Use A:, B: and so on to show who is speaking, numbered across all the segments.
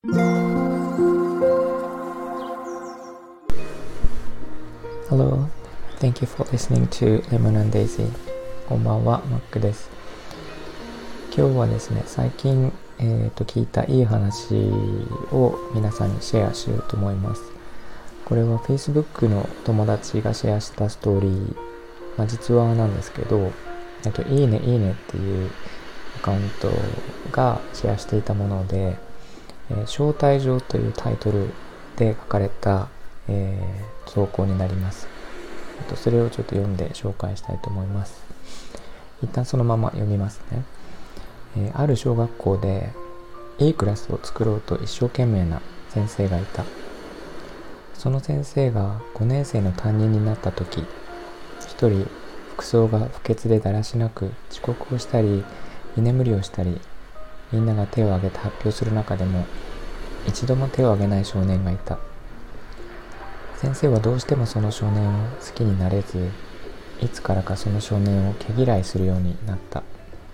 A: Hello, thank you for listening to Lemon and Daisy. こんばんは、マックです。今日はですね、最近、聞いたいい話を皆さんにシェアしようと思います。これは Facebook の友達がシェアしたストーリー、実話なんですけど、いいねいいねっていうアカウントがシェアしていたもので、招待状というタイトルで書かれた、投稿になります。それをちょっと読んで紹介したいと思います。一旦そのまま読みますね。ある小学校でいいクラスを作ろうと一生懸命な先生がいた。その先生が5年生の担任になった時、一人服装が不潔でだらしなく遅刻をしたり居眠りをしたり、みんなが手を挙げて発表する中でも一度も手を挙げない少年がいた。先生はどうしてもその少年を好きになれず、いつからかその少年を毛嫌いするようになった。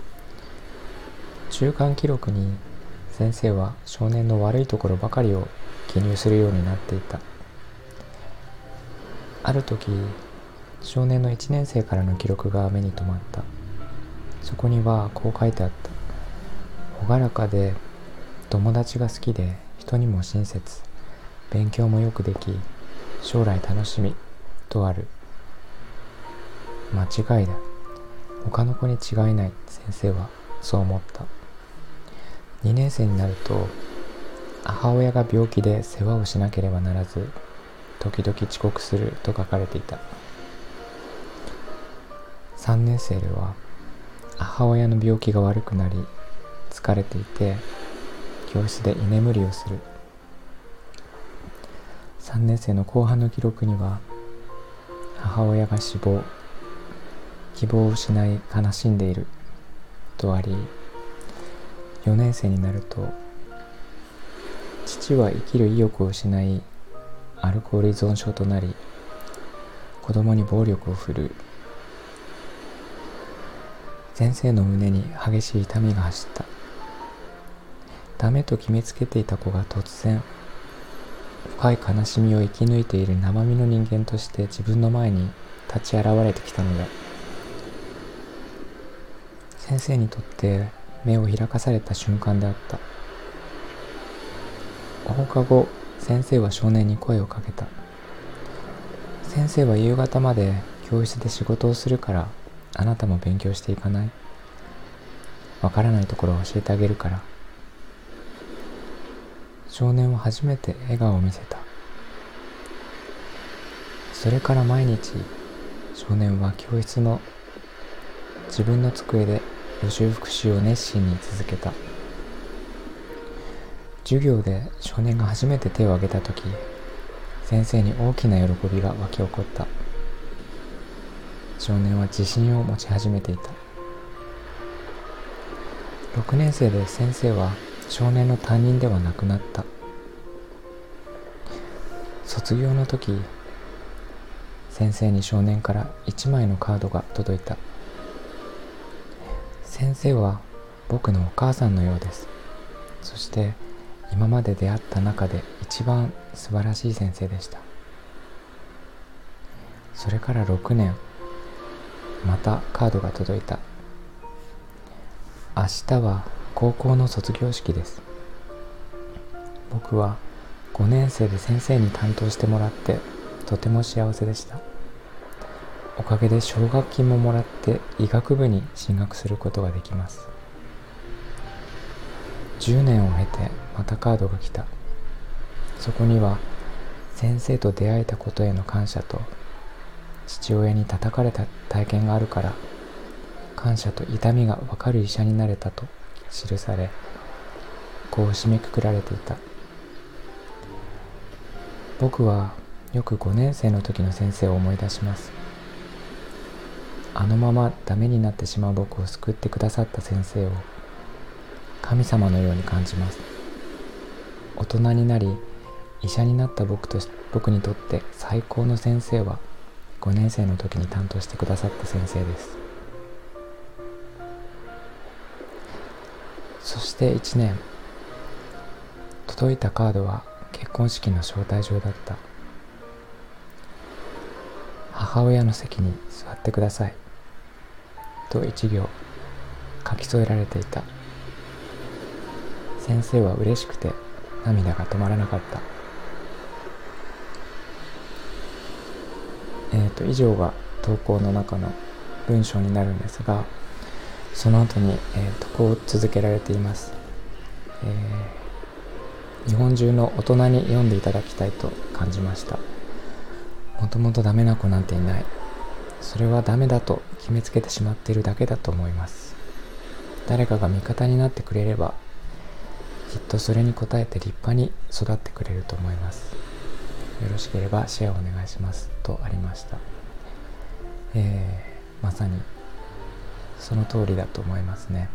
A: 中間記録に先生は少年の悪いところばかりを記入するようになっていた。ある時、少年の1年生からの記録が目に留まった。そこにはこう書いてあった。朗らかで友達が好きで人にも親切、勉強もよくでき、将来楽しみとある。間違いだ。他の子に違いない。先生はそう思った。2年生になると、母親が病気で世話をしなければならず、時々遅刻すると書かれていた。3年生では、母親の病気が悪くなり、疲れていて、教室で居眠りをする。3年生の後半の記録には、母親が死亡、希望を失い悲しんでいるとあり、4年生になると、父は生きる意欲を失い、アルコール依存症となり、子供に暴力を振るう。先生の胸に激しい痛みが走った。ダメと決めつけていた子が突然、深い悲しみを生き抜いている生身の人間として自分の前に立ち現れてきたのだ。先生にとって目を開かされた瞬間であった。放課後、先生は少年に声をかけた。先生は夕方まで教室で仕事をするから、あなたも勉強していかない？わからないところを教えてあげるから。少年は初めて笑顔を見せた。それから毎日、少年は教室の自分の机で予習復習を熱心に続けた。授業で少年が初めて手を挙げたとき、先生に大きな喜びが湧き起こった。少年は自信を持ち始めていた。6年生で先生は少年の担任ではなくなった。卒業の時、先生に少年から1枚のカードが届いた。先生は僕のお母さんのようです。そして今まで出会った中で一番素晴らしい先生でした。それから6年、またカードが届いた。明日は高校の卒業式です。僕は5年生で先生に担当してもらってとても幸せでした。おかげで奨学金ももらって医学部に進学することができます。10年を経てまたカードが来た。そこには先生と出会えたことへの感謝と、父親に叩かれた体験があるから感謝と痛みが分かる医者になれたと記され、こう締めくくられていた。僕はよく5年生の時の先生を思い出します。あのままダメになってしまう僕を救ってくださった先生を神様のように感じます。大人になり医者になった僕にとって最高の先生は5年生の時に担当してくださった先生です。そして1年、 届いたカードは結婚式の招待状だった。母親の席に座ってくださいと一行書き添えられていた。先生は嬉しくて涙が止まらなかった。以上が投稿の中の文章になるんですが、その後に、こう続けられています。日本中の大人に読んでいただきたいと感じました。もともとダメな子なんていない。それはダメだと決めつけてしまっているだけだと思います。誰かが味方になってくれれば、きっとそれに応えて立派に育ってくれると思います。よろしければシェアお願いしますとありました。まさにその通りだと思いますね。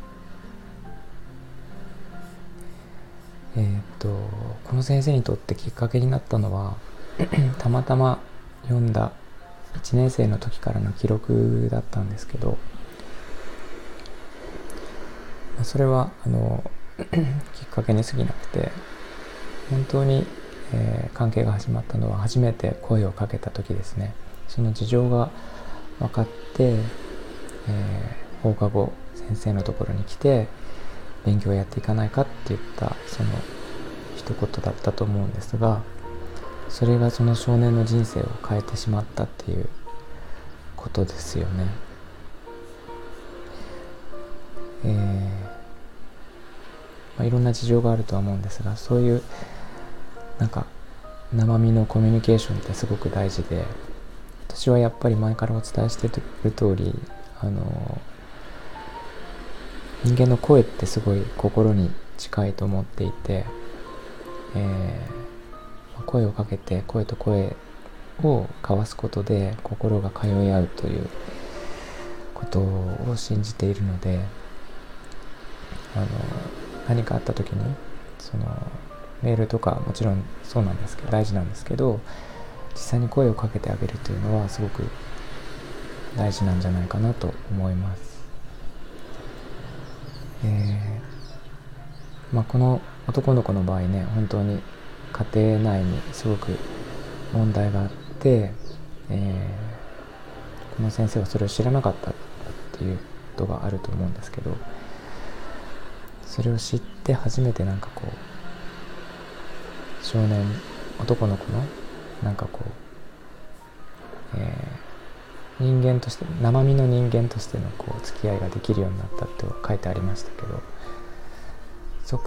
A: この先生にとってきっかけになったのはたまたま読んだ1年生の時からの記録だったんですけど、それはきっかけに過ぎなくて、本当に、関係が始まったのは初めて声をかけた時ですね。その事情が分かって、放課後先生のところに来て勉強をやっていかないかって言ったその一言だったと思うんですが、それがその少年の人生を変えてしまったっていうことですよね。いろんな事情があるとは思うんですが、そういうなんか生身のコミュニケーションってすごく大事で、私はやっぱり前からお伝えしている通り、人間の声ってすごい心に近いと思っていて、声をかけて声と声を交わすことで心が通い合うということを信じているので、何かあった時にそのメールとかもちろんそうなんですけど大事なんですけど、実際に声をかけてあげるというのはすごく大事なんじゃないかなと思います。この男の子の場合ね、本当に家庭内にすごく問題があって、この先生はそれを知らなかったっていうことがあると思うんですけど、それを知って初めてなんかこう少年男の子のなんかこう、人間として生身の人間としてのこう付き合いができるようになったって書いてありましたけど、そ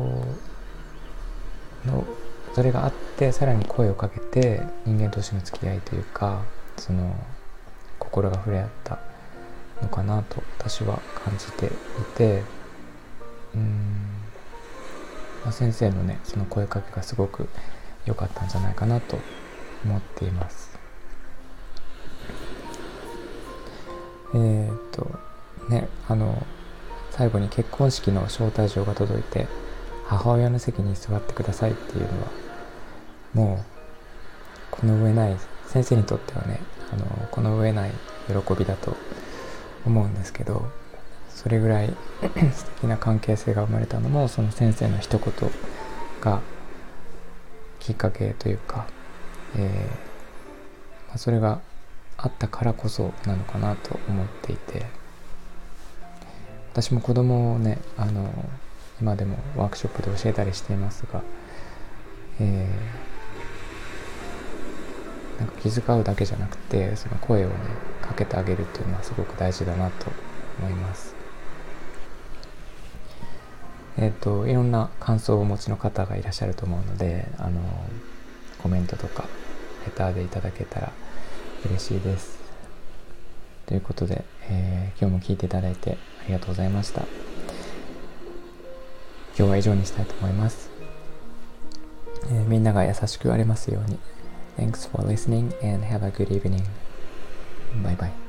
A: れがあってさらに声をかけて人間としての付き合いというか、その心が触れ合ったのかなと私は感じていて、先生のねその声かけがすごく良かったんじゃないかなと思っています。最後に結婚式の招待状が届いて母親の席に座ってくださいっていうのはもうこの上ない、先生にとってはねこの上ない喜びだと思うんですけど、それぐらい素敵な関係性が生まれたのもその先生の一言がきっかけというか、それがあったからこそなのかなと思っていて、私も子供をね今でもワークショップで教えたりしていますが、なんか気遣うだけじゃなくてその声をねかけてあげるっていうのはすごく大事だなと思います。いろんな感想をお持ちの方がいらっしゃると思うので、コメントとかレターでいただけたら嬉しいです。ということで、今日も聞いていただいてありがとうございました。今日は以上にしたいと思います。みんなが優しくありますように。Thanks for listening and have a good evening. Bye bye.